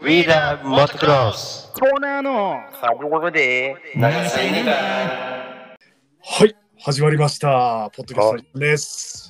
We love motocross コーナーのサブゴムで長さいねはい、始まりました。ポッドキャストです。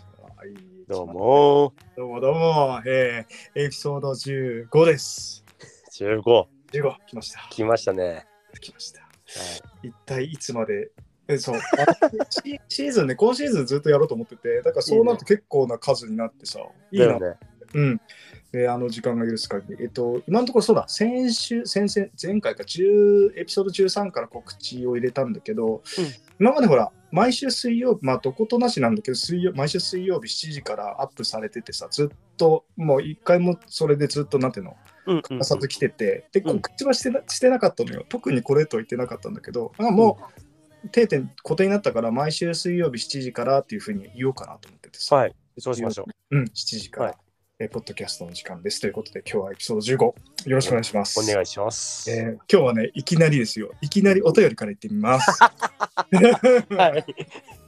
はい、 どうもどうも、エピソード15です。 15 15来ました。 来ましたね。 来ました。一体いつまでそうシーズンね、今シーズンずっとやろうと思ってて、だからそうなると結構な数になってさ、いいな。 だよね。 うん。時間が許す限り。今のところそうだ、前回かエピソード13から告知を入れたんだけど、今までほら、毎週水曜日、どことなしなんだけど、毎週水曜日7時からアップされててさ、ずっと、もう一回もそれでずっと、なんていうの、欠かさず来てて、で、告知はしてなかったのよ。特にこれと言ってなかったんだけど、もう、定点固定になったから、毎週水曜日7時からっていうふうに言おうかなと思っててさ。 はい、そうしましょう。7時から。ポッドキャストの時間ですということで、今日はエピソード15、よろしくお願いします。 お願いします。 今日はね、いきなりですよ。いきなりお便りから言ってみます。 はい。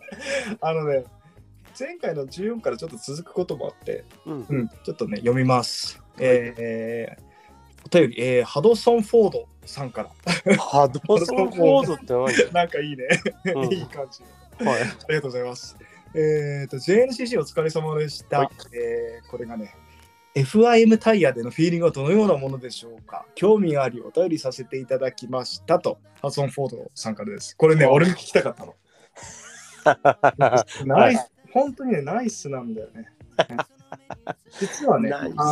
前回の14からちょっと続くこともあって、ちょっとね、読みます。お便り、ハドソン・フォードさんから。 ハドソン・フォードって何？ なんかいいね。いい感じ。 はい。 ありがとうございます。JNCC お疲れ様でした。これがね、FIM タイヤでのフィーリングはどのようなものでしょうか。興味がありお便りさせていただきましたと、ハドソン・フォードさんからです。これね、俺も聞きたかったの。ナイス、本当にね、ナイスなんだよね。実はね、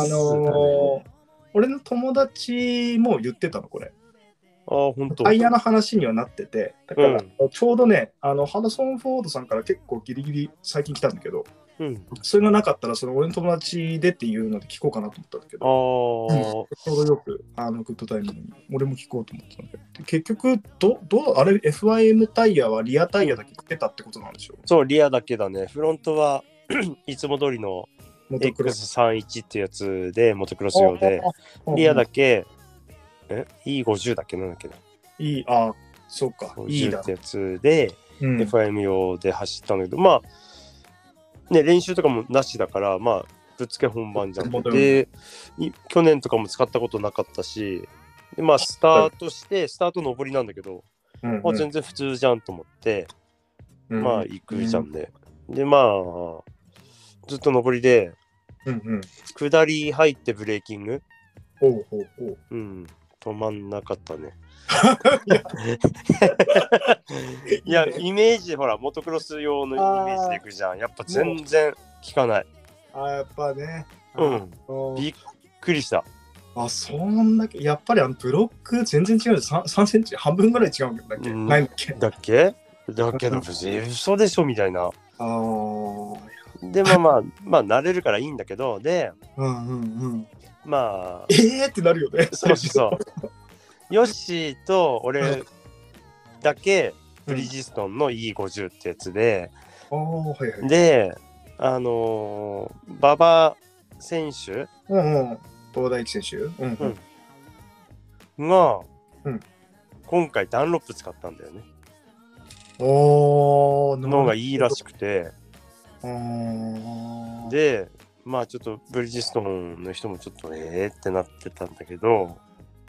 俺の友達も言ってたの、これ。 本当。 タイヤの話にはなってて、だから、ちょうどね、ハドソン・フォードさんから結構ギリギリ最近来たんだけど、それがなかったら、俺の友達でっていうので聞こうかなと思ったんだけど、ちょうどよく、グッドタイムに、俺も聞こうと思ってたんだけど、結局、あれ、FIM タイヤはリアタイヤだけ来てたってことなんでしょう？ そう、リアだけだね。フロントはいつも通りの X31 ってやつで、モトクロス用で、リアだけ、E50 だっけなんだっけな。 そうか。 50ってやつで、FIM 用で走ったんだけど、ね、練習とかもなしだから、ぶっつけ本番じゃん。で、去年とかも使ったことなかったし、でスタート上りなんだけど、全然普通じゃんと思って、行くじゃんね。で、ずっと上りで、下り入ってブレーキング。止まんなかったね。いや、イメージほら、モトクロス用のイメージでいくじゃん。やっぱ全然効かない。 やっぱね。 びっくりした。 そんだけ、やっぱりブロック全然違う。3センチ、半分ぐらい違うんだっけ？ないんだっけ？ だけど、嘘でしょみたいな。で、慣れるからいいんだけど、で、 ってなるよね。 そうそう。ヨッシーと俺だけブリヂストンの E50 ってやつで、で、馬場選手、 馬場大輝選手、 が、今回ダンロップ使ったんだよね。のがいいらしくて、で、ちょっとブリヂストンの人もちょっとってなってたんだけど、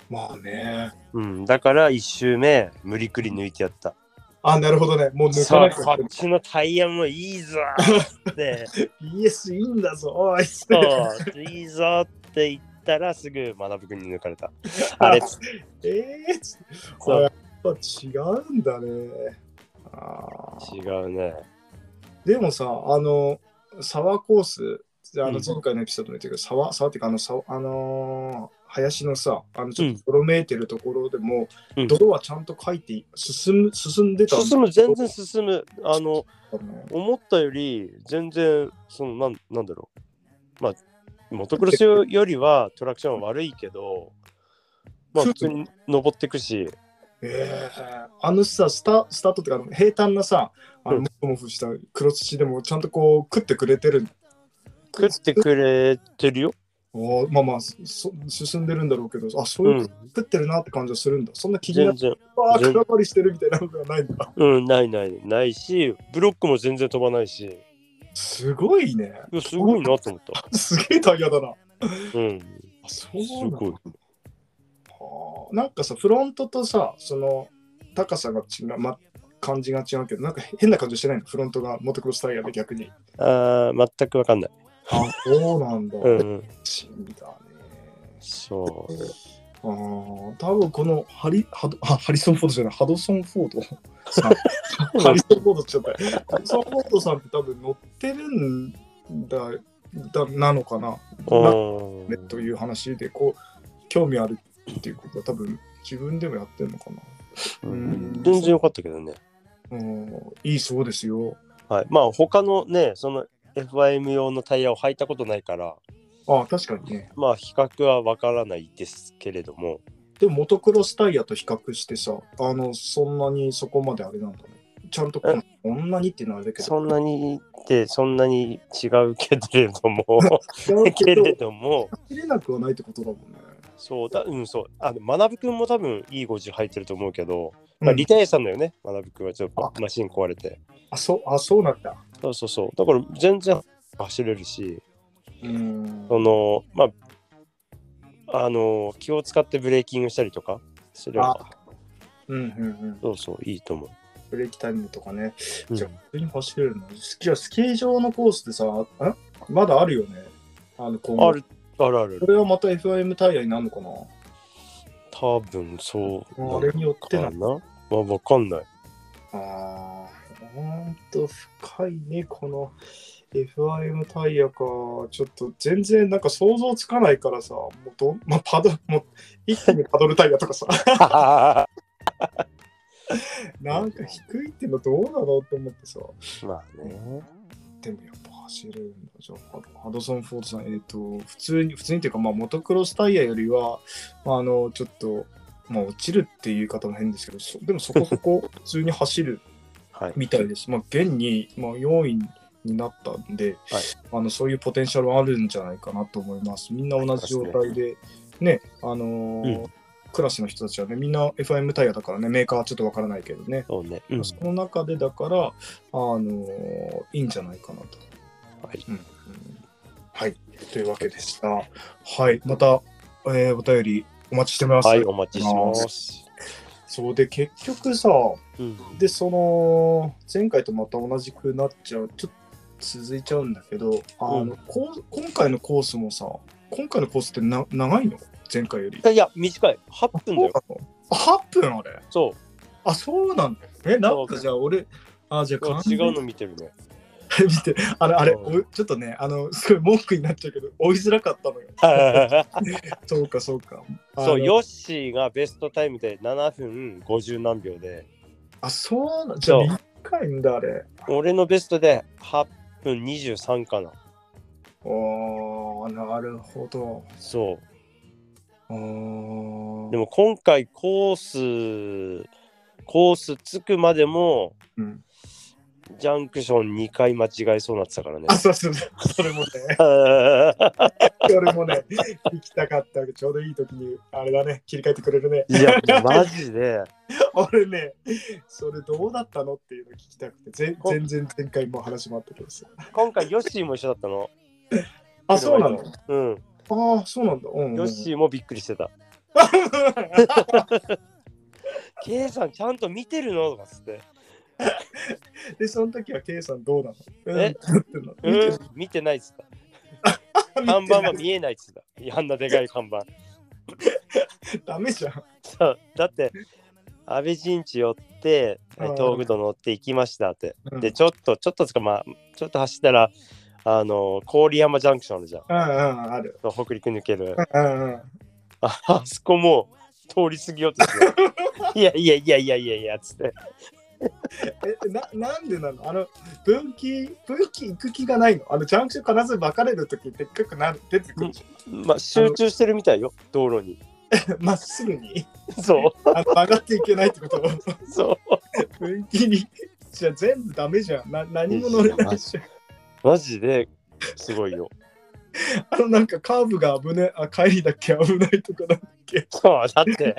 だから1周目無理くり抜いてやった。 なるほどね。もう抜かなくて。 こっちのタイヤもいいぞって。 BS いいんだぞ。 いいぞって言ったらすぐ学君に抜かれた。あれそう。やっぱ違うんだね。 違うね。 でもさ、沢コース、前回のエピソードで言ってる沢っていうか、林のさ、ちょっと泥めいてるところでも、泥はちゃんとかいて進んでた。 全然進む。思ったより全然なんだろう。モトクロスよりはトラクションは悪いけど、普通に登ってくし。 さ、スタートっていうか、平坦なさ、モフモフした黒土でもちゃんとこう食ってくれてる。 食ってくれてるよ。 進んでるんだろうけど、そういう食ってるなって感じはするんだ。そんな気になって、空張りしてるみたいなのがないんだ。 ないし、ブロックも全然飛ばないし。 すごいね。 すごいなと思った。 すげえタイヤだな。 すごい。 なんかさ、フロントとさ、その高さが違う、感じが違うけど、なんか変な感じしてないの、フロントがモトクロスタイヤで逆に。 全くわかんない。 あ、そうなんだ。 うん。 不思議だね。 そう。 多分このハリソン・フォードじゃない、ハドソン・フォードさん。ハリソン・フォードって言っちゃったよ。ハリソン・フォードさんって多分乗ってるんなのかな。という話で、こう、興味あるっていうことは多分自分でもやってるのかな。 全然良かったけどね。 いいそうですよ。 はい。まあ他のね、その FIM 用のタイヤを履いたことないから、 確かにね。 まあ比較はわからないですけれども。 でもモトクロスタイヤと比較してさ、そんなにそこまであれなんだね。ちゃんとこんなにっていうのはあれだけど。 そんなにってそんなに違うけれどもけれども切れなくはないってことだもんね。 そうだ、そう。学くんも多分 E50 入ってると思うけど、リタイアしたんだよね、学くんはちょっとマシン壊れて。 そうなんだ。 そう。だから全然走れるし、気を使ってブレーキングしたりとかすれば、そういいと思う。 ブレーキタイムとかね。じゃあ、普通に走れるの。じゃあ、スキー場のコースでさ、まだあるよね。 ある。 これはまた FIM タイヤになるのかな。 多分そうなのかな。 あれによってなの。 わかんない。 ほんと深いね、この FIM タイヤか。ちょっと全然なんか想像つかないからさ、もう一気にパドルタイヤとかさ。なんか低いってのどうなのと思ってさ。 まあね。 でもやっぱ走れるんだ。じゃあ、ハドソン・フォードさん、普通にっていうか、モトクロスタイヤよりは、ちょっと、落ちるっていう言い方も変ですけど、でもそこそこ普通に走るみたいです。現に、4位になったんで、そういうポテンシャルはあるんじゃないかなと思います。みんな同じ状態で、ね、クラスの人たちはね、みんな FIM タイヤだからね、メーカーはちょっとわからないけどね。 そうね。 その中でだから、いいんじゃないかなと。はい。というわけでした。はい。また、お便りお待ちしてます。 はい、お待ちしてます。 そうで、結局さ、で、前回とまた同じくなっちゃう、ちょっと続いちゃうんだけど、今回のコースもさ、今回のコースって長いの？前回より。 いや、短い。8分だよ。 8分あれ？ そう。 そうなんだ。なんかじゃあ俺、じゃあ違うの見てるね。 見て、ちょっとね、すごい文句になっちゃうけど、追いづらかったのよ。そうか。 そう、ヨッシーがベストタイムで7分50何秒で。 そうなんじゃあ短いんだ、あれ。 俺のベストで8分23かな。 なるほど。 そう。でも今回コース着くまでも、ジャンクション2回間違えそうになってたからね。 それもね。それもね、行きたかったけど、ちょうどいい時に、あれだね、切り替えてくれるね。 いや、マジで。 俺ね、それどうだったのっていうの聞きたくて、全然前回も話もあったけどさ。 今回、ヨッシーも一緒だったの。 そうなの？そうなんだ。 ヨッシーもびっくりしてた。ケイさん、ちゃんと見てるのとかつって。 で、その時はケイさんどうなの？見てないっつった。看板は見えないっつった。あんなでかい看板。 ダメじゃん。 そう、だって、安倍陣地寄って、東武道乗って行きましたって。で、ちょっとつか、ちょっと走ったら、郡山ジャンクションあるじゃん。 ある。 北陸抜ける。あそこも通り過ぎようとして。いや、つって。 なんでなの？分岐行く気がないの？ジャンクション必ず分かれるときでっかく出てくる。 集中してるみたいよ、道路に。 まっすぐに？ そう。 曲がっていけないってこと？ そう。 分岐に。じゃあ全部ダメじゃん。何も乗れないし。 マジですごいよ。 なんかカーブが危ない、帰りだっけ危ないとかなんだっけ。 そうだって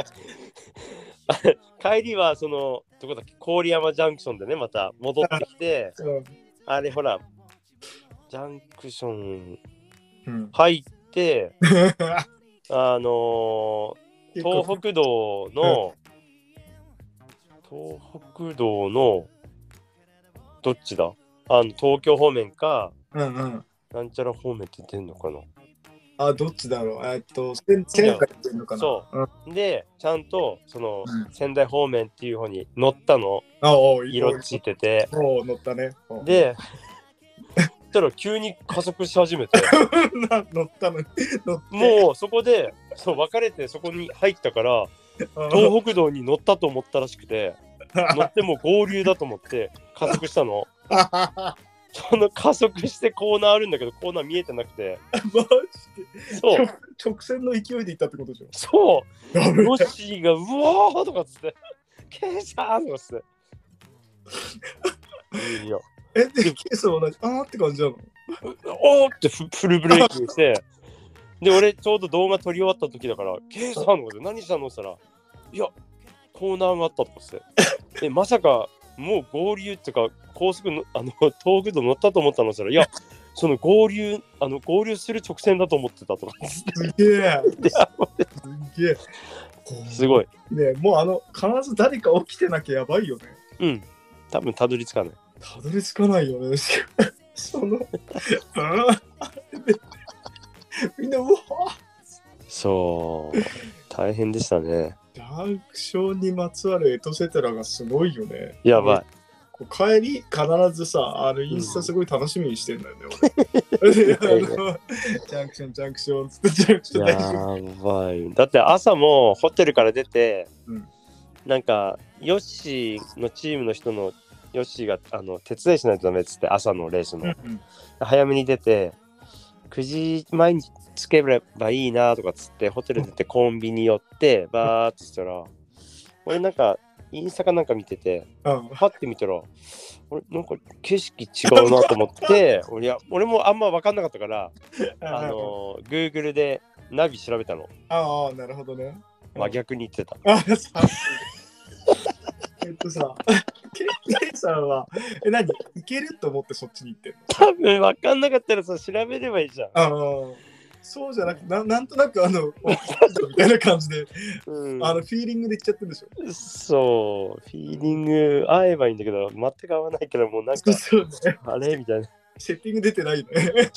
帰りはどこだっけ、郡山ジャンクションでね、また戻ってきて、あれほらジャンクション入って東北道の、どっちだ？東京方面か、なんちゃら方面って出んのかな。 どっちだろう。仙台ってんのかな。 そう。で、ちゃんとその、仙台方面っていう方に乗ったの。色ついてて。 乗ったね。 で、そしたら急に加速し始めて。 乗ったのに。 もうそこで、そう別れてそこに入ったから、東北道に乗ったと思ったらしくて、乗っても合流だと思って加速したの。その加速してコーナーあるんだけど、コーナー見えてなくて。 マジで。そう。直線の勢いで行ったってことでしょ。 そう。ヨッシーがうわーとかっつって、ケイさんとかっつって。いいよ。 で、ケイさんは同じ、って感じなの？ おーってフルブレーキして、で、俺ちょうど動画撮り終わった時だから、ケイさんのこと何したのって言ったら、いや、コーナーがあったとかっつって。まさか、もう合流っていうか高速の東北道乗ったと思ったのしたら、いやその合流する直線だと思ってたとか。 すげえ。すげえ。 すごい。 ね、もう必ず誰か起きてなきゃやばいよね。 うん。多分たどり着かない。 たどり着かないよね。みんなうわ。 そう大変でしたね。 ジャンクションにまつわるエトセトラがすごいよね。 やばい。 帰り必ずさ、インスタすごい楽しみにしてんだよね。俺ジャンクションつってジャンクションやばい。だって朝もホテルから出て、なんかヨッシーのチームの人のヨッシーが手伝いしないとダメっつって、朝のレースの、早めに出て9時前に着ければいいなとかっつってホテル出てコンビニ寄ってバーってしたら、俺なんかインスタかなんか見てて、パッて見たら俺なんか景色違うなと思って俺もあんま分かんなかったからGoogle でナビ調べたの。 なるほどね。 真逆に言ってた。 さ、ケイさんは何いけると思ってそっちに行ってんの？ 多分分かんなかったらさ調べればいいじゃん。 そうじゃなくてなんとなくみたいな感じで、フィーリングでいっちゃってるんでしょ。 そうフィーリング合えばいいんだけど全く合わないからもうなんかそう、ね、 あれみたいな。 セッティング出てないね。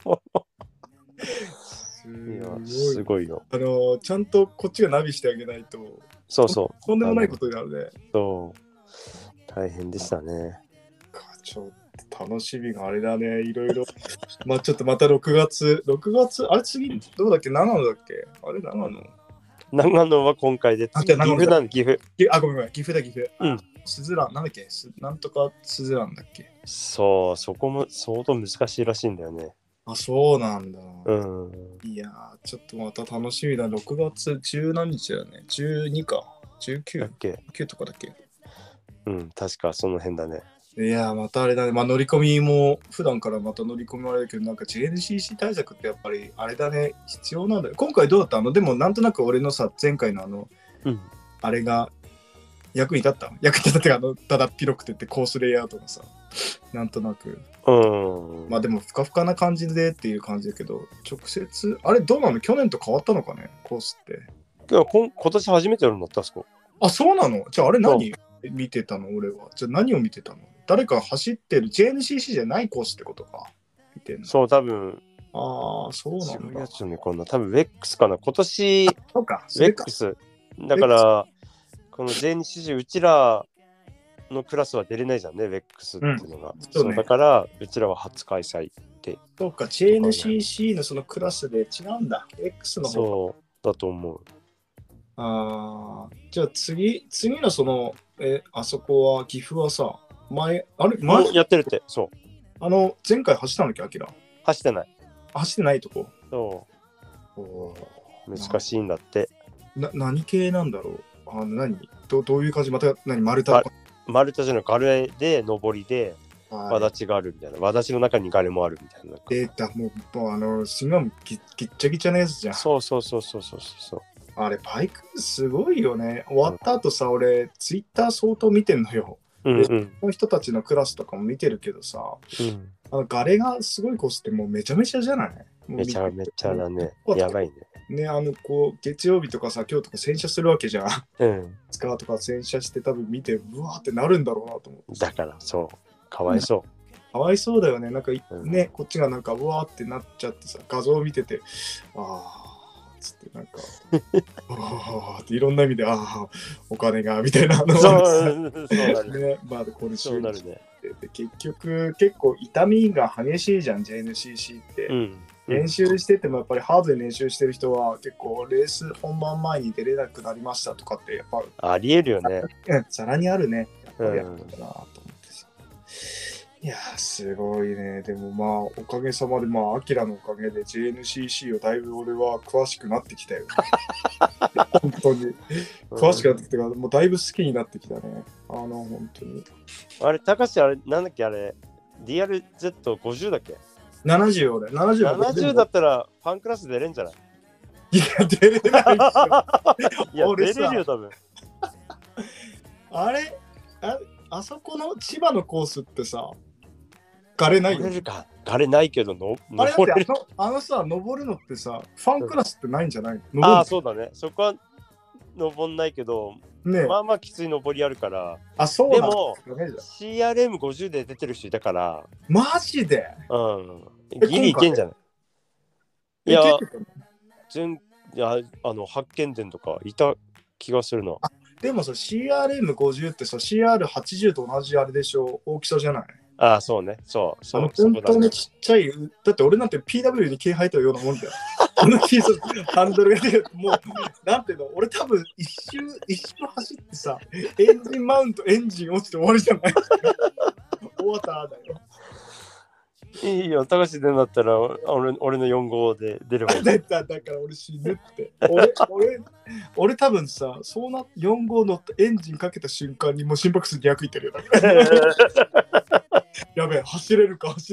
すごいよ。 ちゃんとこっちがナビしてあげないと。 そうとんでもないことになるね。 そう大変でしたね。 ちょっと楽しみがあれだね、いろいろ。ちょっとまた6月、あれ次どうだっけ、長野だっけ、あれ長野は今回で、岐阜なんだ、岐阜。 ごめん、岐阜だ、岐阜。スズラン、なんだっけ、なんとかスズランだっけ。 そう、そこも相当難しいらしいんだよね。 そうなんだ。 いやー、ちょっとまた楽しみだ。6月10何日だよね。12か。19だっけ ?9 とかだっけ。 確かその辺だね。 いやー、またあれだね。乗り込みも、普段からまた乗り込みあれだけど、なんか JNCC 対策ってやっぱりあれだね、必要なんだよ。今回どうだったでもなんとなく俺のさ、前回のあれが役に立ったってただ広くてってコースレイアウトがさ、なんとなく。でもふかふかな感じでっていう感じだけど、直接、あれどうなの？去年と変わったのかね、コースって。 今年初めてやるんだったあそこ。 そうなの？じゃああれ何見てたの俺は。じゃあ何を見てたの？誰か走ってる JNCC じゃないコースってことか。見てんの？ そう、多分。 そうなんだ。 そういうやつね、こんな。多分、ウェックスかな。今年、 そうか、 ウェックス。だから、この JNCC、うちらのクラスは出れないじゃんね、ウェックスっていうのが。そうだから、うちらは初開催って。 そうか、JNCC のそのクラスで違うんだ。X の方。 そうだと思う。 じゃあ次のその、あそこは岐阜はさ、前やってるって、そう。 前回走ったんだっけ、アキラ。 走ってない。 走ってないとこ。 そう。難しいんだって。 何系なんだろう。どういう感じ？また丸太じゃない、ガレで上りでわだちがあるみたいな。わだちの中にガレもあるみたいな。 もうすんごいぎっちゃぎちゃなやつじゃん。 そう。 あれバイクすごいよね。終わった後さ、俺ツイッター相当見てんのよ。この人たちのクラスとかも見てるけどさ、ガレがすごいコースってもうめちゃめちゃじゃない？ めちゃめちゃだね。やばいね。 ね、こう、月曜日とかさ、今日とか洗車するわけじゃん。 うん。 スカーとか洗車して多分見て、うわーってなるんだろうなと思って。 だから、そう。かわいそかわいそうだよね。なんかうんね、こっちがなんか、うわーってなっちゃってさ、画像を見てて、あー、つってなんか、あーっていろんな意味で、あー、お金が、みたいなのう。そう、 がそうなる。 ね、まあ、これそうなるね。 で結局、結構痛みが激しいじゃん、JNCC って。 うん。 練習しててもやっぱりハードで練習してる人は結構レース本番前に出れなくなりましたとかってやっぱありえるよね。 ざらにあるね。やっぱりやうんるんだなと思ってさ。いやーすごいね。でもまあおかげさまでまあアキラのおかげで JNCC をだいぶ俺は詳しくなってきたよ。本当に詳しくなってきたからもうだいぶ好きになってきたね。本当に。 あれ、高橋、あれ、なんだっけ、あれ、DRZ50 だっけ？ 70俺。70 70だったらファンクラス出れんじゃない？ いや出れないっすよ。 いや、 俺さ出れるよ、多分。 あれあそこの千葉のコースってさ、ガレないよ出れ。るか。あれないけど、 あれだって登れる。 さ、登るのってさ、ファンクラスってないんじゃないの？ ああ、そうだね。そこは登んないけど、 ねえ。 まあまあきつい登りあるから。 あ、そうなんだでも、 ね。 CRM50 で出てる人いたから、 マジでうん。 えギリいけんじゃない？いや、 出てたのいや発見伝とかいた気がするな。 でもさ、CRM50 ってさ、CR80 と同じあれでしょ、大きさじゃない？ ああ、そうね。そう。そ本当にこだね。 ちっちゃい、だって俺なんて PW に毛生えたようなもんだよ。ハンドルがね、もう、なんていうの、俺多分一周走ってさ、エンジンマウント、エンジン落ちて終わりじゃない？終わっただよ。 いいよ、高橋でんだったら俺の4号で出ればいい。 だから俺死ぬって。俺多分さ、そうな4号乗ったエンジンかけた瞬間にもう心拍数200いってるよ。だからやべえ、走れるか走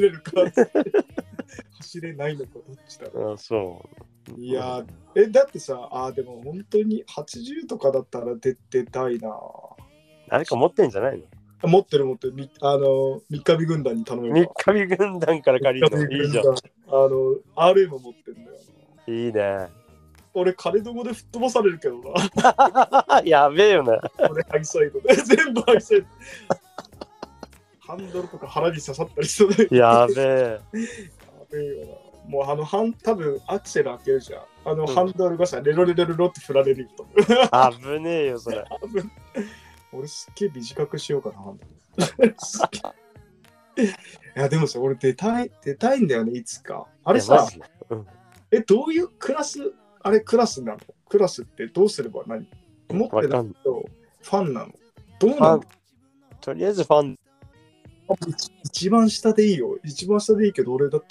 れないのかどっちだろあそう。いやだってさ、でも本当に80とかだったら出たいな。 誰か持ってんじゃないの？ 持ってる。三日日軍団に頼めば。 三日日軍団から借りるのいいじゃん。 RM 持ってんだよな。 いいね。 俺、金どこで吹っ飛ばされるけどな。 やべえよね。 俺、ハイサイドで。全部ハイサイド。ハンドルとか腹に刺さったりする。 やべえ。 やべえよな。もう多分アクセル開けるじゃん。ハンドルがさ、レロレロレロって振られると思う。 危ねえよ、それ。 俺すっげえ短くしようかな、ハンドル。いや、でもさ、俺出たいんだよね、いつか。あれさ、どういうクラス、クラスなの？クラスってどうすれば持ってないとファンなの？どうなの？ とりあえずファン。 一番下でいいよ。一番下でいいけど、俺だって、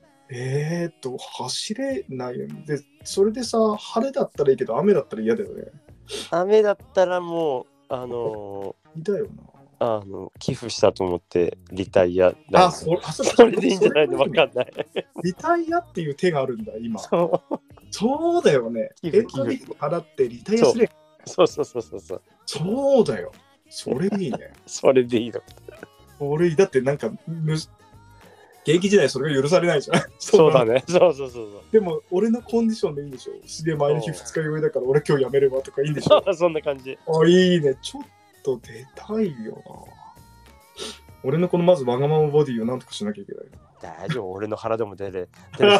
走れないよね。で、それでさ、晴れだったらいいけど、雨だったら嫌だよね。 雨だったらもう、 いだよな。 寄付したと思ってリタイア。それでいいんじゃないの？わかんない。 リタイアっていう手があるんだ、今。そうだよね。エントリー払ってリタイアすれば。 そう。 そうだよ。それいいね。 それでいいの。 俺、だってなんか、現役時代それが許されないじゃん。 そうだね。そう。 でも、俺のコンディションでいいんでしょ？すげえ前の日2日酔いだから俺今日やめればとかいいんでしょ？ そんな感じ。 いいね。ちょっと出たいよな。俺のこのまずわがままボディをなんとかしなきゃいけない。 大丈夫、俺の腹でも出れ。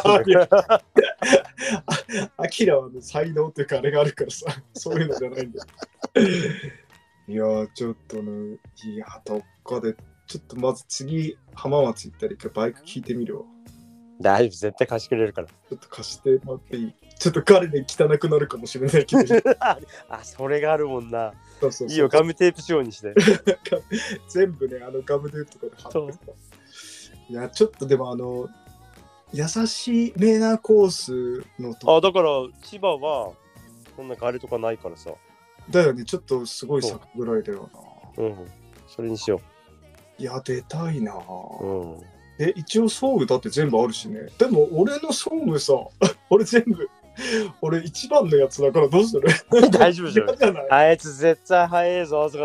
アキラは才能というかあれがあるからさ、そういうのじゃないんだよ。いやー、ちょっとね、どっかで、ちょっとまず次、浜松行ったら一回バイク聞いてみるわ。 大丈夫、絶対貸してくれるから。 ちょっと貸してもらっていい？ちょっと彼で汚くなるかもしれないけど。 それがあるもんな。 そういいよ、ガムテープ仕様にして。 全部ね、ガムテープとかで貼ってさ。いや、ちょっとでも優しめなコースのと。 だから千葉はそんなあれとかないからさ。 だよね、ちょっとすごい坂ぐらいだよな。それにしよう。いや、出たいな。一応装具だって全部あるしね。でも俺の装具さ、俺一番のやつだからどうする？ 大丈夫じゃん。あいつ絶対早いぞ。 そう。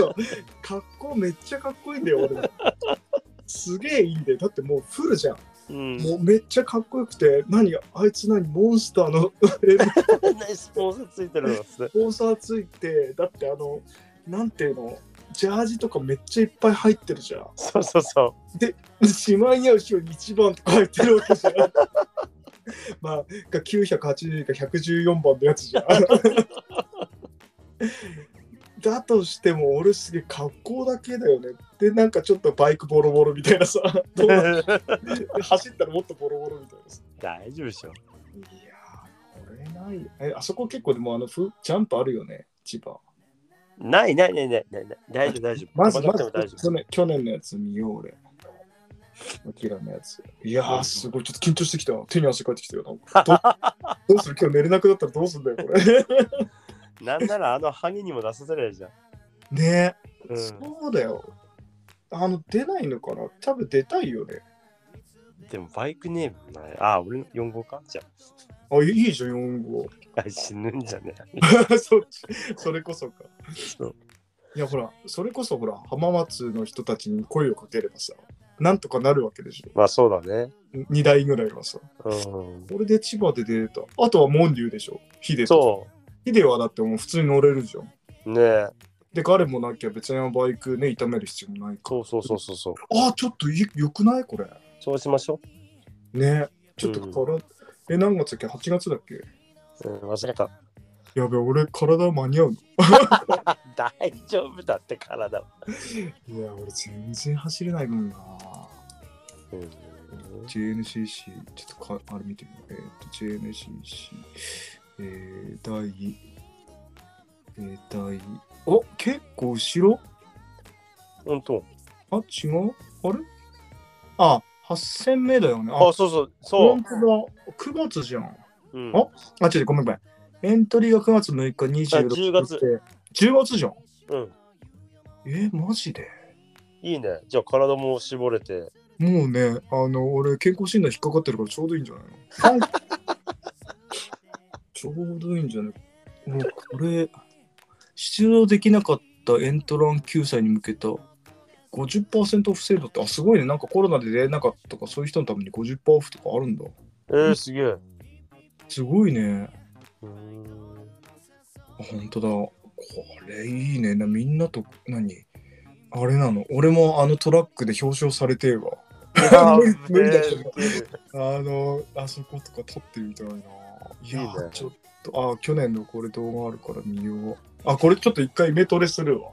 格好めっちゃかっこいいんだよ、俺。すげえいいんだよ。だってもうフルじゃん。 もうめっちゃかっこよくて、あいつモンスターのスポンサーついてるのスポンサーついて、だってなんていうの、ジャージとかめっちゃいっぱい入ってるじゃん。 そうそうそで、しまいには後ろに1番とか入ってるわけじゃん。まあ、980か114番のやつじゃん。だとしても、俺すげえ格好だけだよね。で、なんかちょっとバイクボロボロみたいなさ。走ったらもっとボロボロみたいなさ。 大丈夫でしょ。 いやー、これない。あそこ結構でもジャンプあるよね、千葉。 ない。大丈夫、大丈夫。 まず大丈夫。 去年のやつ見よう、俺。アキラのやつ。いやー、すごい。ちょっと緊張してきた。手に汗かいてきたよ。どうする？今日寝れなくなったらどうするんだよ、これ。 なんならハゲにも出させないじゃん。 ねえ、そうだよ。出ないのかな？多分出たいよね。 でもバイクネームない。あ、俺の4号かじゃあ。いいじゃん、4号。 死ぬんじゃねそれこそか。 そう。 いや、ほら、それこそ浜松の人たちに声をかければさ、なんとかなるわけでしょ。 まあそうだね。 2台ぐらいはさ。これで千葉で出れた。あとはモンリュウでしょ。ヒデと。 そう。 ヒデはだってもう普通に乗れるじゃん。 ねえ。 で、彼もなきゃ別にバイクね、痛める必要もないから。 そう。 ちょっとよくないこれ。 そうしましょう。ね、ちょっと何月だっけ ?8 月だっけ？ 忘れた。 やべ、俺体間に合うの？ 大丈夫だって体は。 いや、俺全然走れないもんな。JNCC、ちょっとあれ見てみよう。JNCC、結構後ろ？ 本当？ あ、違う？あれ？あ、8000名だよね。 そう。 本当だ。9月じゃん。違う、ごめん。エントリーが9月6日、26日。10月じゃん。マジで？ いいね。じゃあ体も絞れて。 もうね、俺、健康診断引っかかってるからちょうどいいんじゃないの？ちょうどいいんじゃない？もうこれ、出場できなかったエントラン救済に向けた 50% オフ制度って、すごいね。なんかコロナで出れなかったとか、そういう人のために 50% オフとかあるんだ。 すげえ。 すごいね。本当だ。これいいね。みんなと、あれなの？俺もトラックで表彰されてえわ。無理だけど、あそことか撮ってみたいな。いや、ちょっと、去年のこれ動画あるから見よう。これちょっと一回イメトレするわ。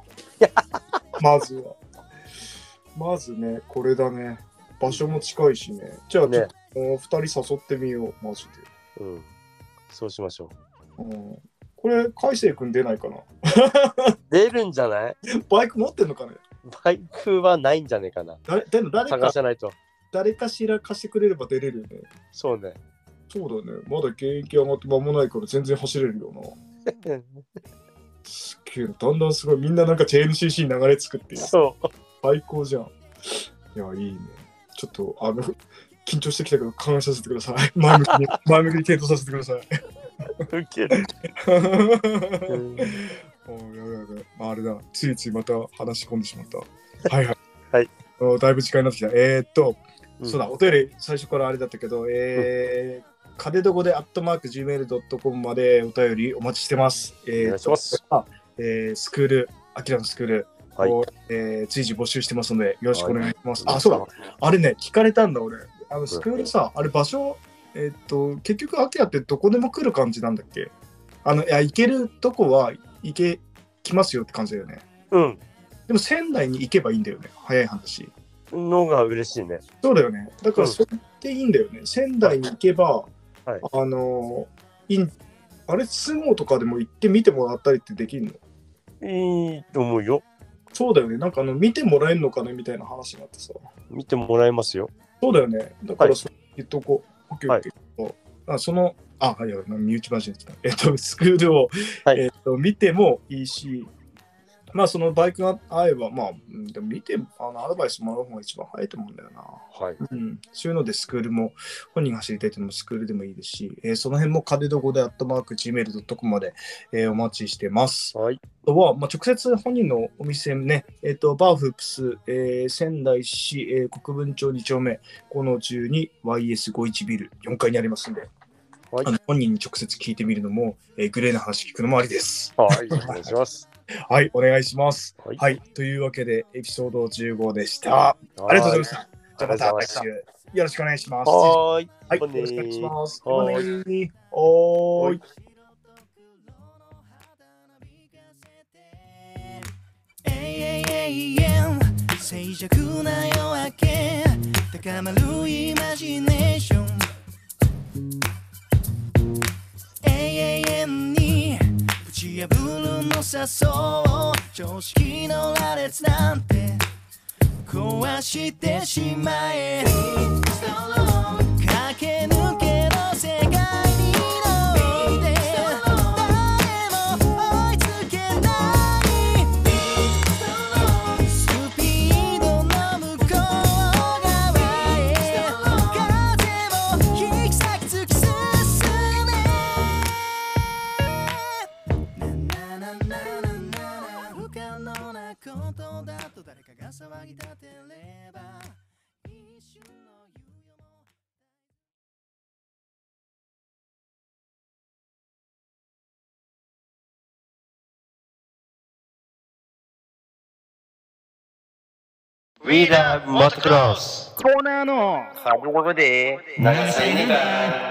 まずね、これだね。場所も近いしね。じゃあ、ちょっと2人誘ってみよう、マジで。 そうしましょう。これ、海星君出ないかな？ 出るんじゃない？ バイク持ってんのかね？ バイクはないんじゃねえかな。探さないと。誰かしら貸してくれれば出れるよね。 そうね。 そうだね。まだ現役上がって間もないから全然走れるよな。すげえ、だんだんすごい。みんななんか JNCC 流れ作ってる。 そう。 最高じゃん。いや、いいね。ちょっと、緊張してきたけど考えさせてください。前向きに検討させてください。 ウケる。 あれだ。ついついまた話し込んでしまった。はい。だいぶ時間になってきた。そうだ、お便り最初からあれだったけど、かでどこで@gmail.com までお便りお待ちしてます。 お願いします。 スクール、アキラのスクールを、随時募集してますので、よろしくお願いします。そうだ、あれね、聞かれたんだ、俺。スクールさ、あれ場所、結局、アキラってどこでも来る感じなんだっけ？行けるとこは来ますよって感じだよね。でも仙台に行けばいいんだよね、早い話。 のが嬉しいね。 そうだよね。だからそれっていいんだよね。仙台に行けば、あれ、スモとかでも行って見てもらったりってできるの？ いいと思うよ。 そうだよね。なんか見てもらえるのかねみたいな話があってさ。 見てもらえますよ。 そうだよね。だから言っとこう。身内話ですね。スクールを、見てもいいし、 まあそのバイクが合えば、まあ、でも見て、アドバイスもらう方が一番早いと思うんだよな。 はい。 そういうのでスクールも、本人が知りたいというのもスクールでもいいですし、その辺も金どこで@gmail.com まで、お待ちしてます。 はい。 あとは、直接本人のお店ね、バーフープス、仙台市、国分町2丁目、この12 YS51 ビル4階にありますんで、はい、本人に直接聞いてみるのも、グレーな話聞くのもありです。 はい、お願いします。 はい、お願いします。はい、というわけで、エピソード15でした。ありがとうございました。じゃあまた来週、よろしくお願いします。 はい、 よろしくお願いします。 はい。 おーい。静寂な夜明け、高まるイマジネーション、永遠に打ち破るのさ、そう常識の羅列なんて壊してしまえ。駆け抜けの世界に乗って誰も追いつけない、スピードの向こう側へ風も引き裂き突き進め、不可能なことだと誰かが騒ぎ立てれば一瞬の猶予も。 We love motocross. コーナーの韓国語で流された。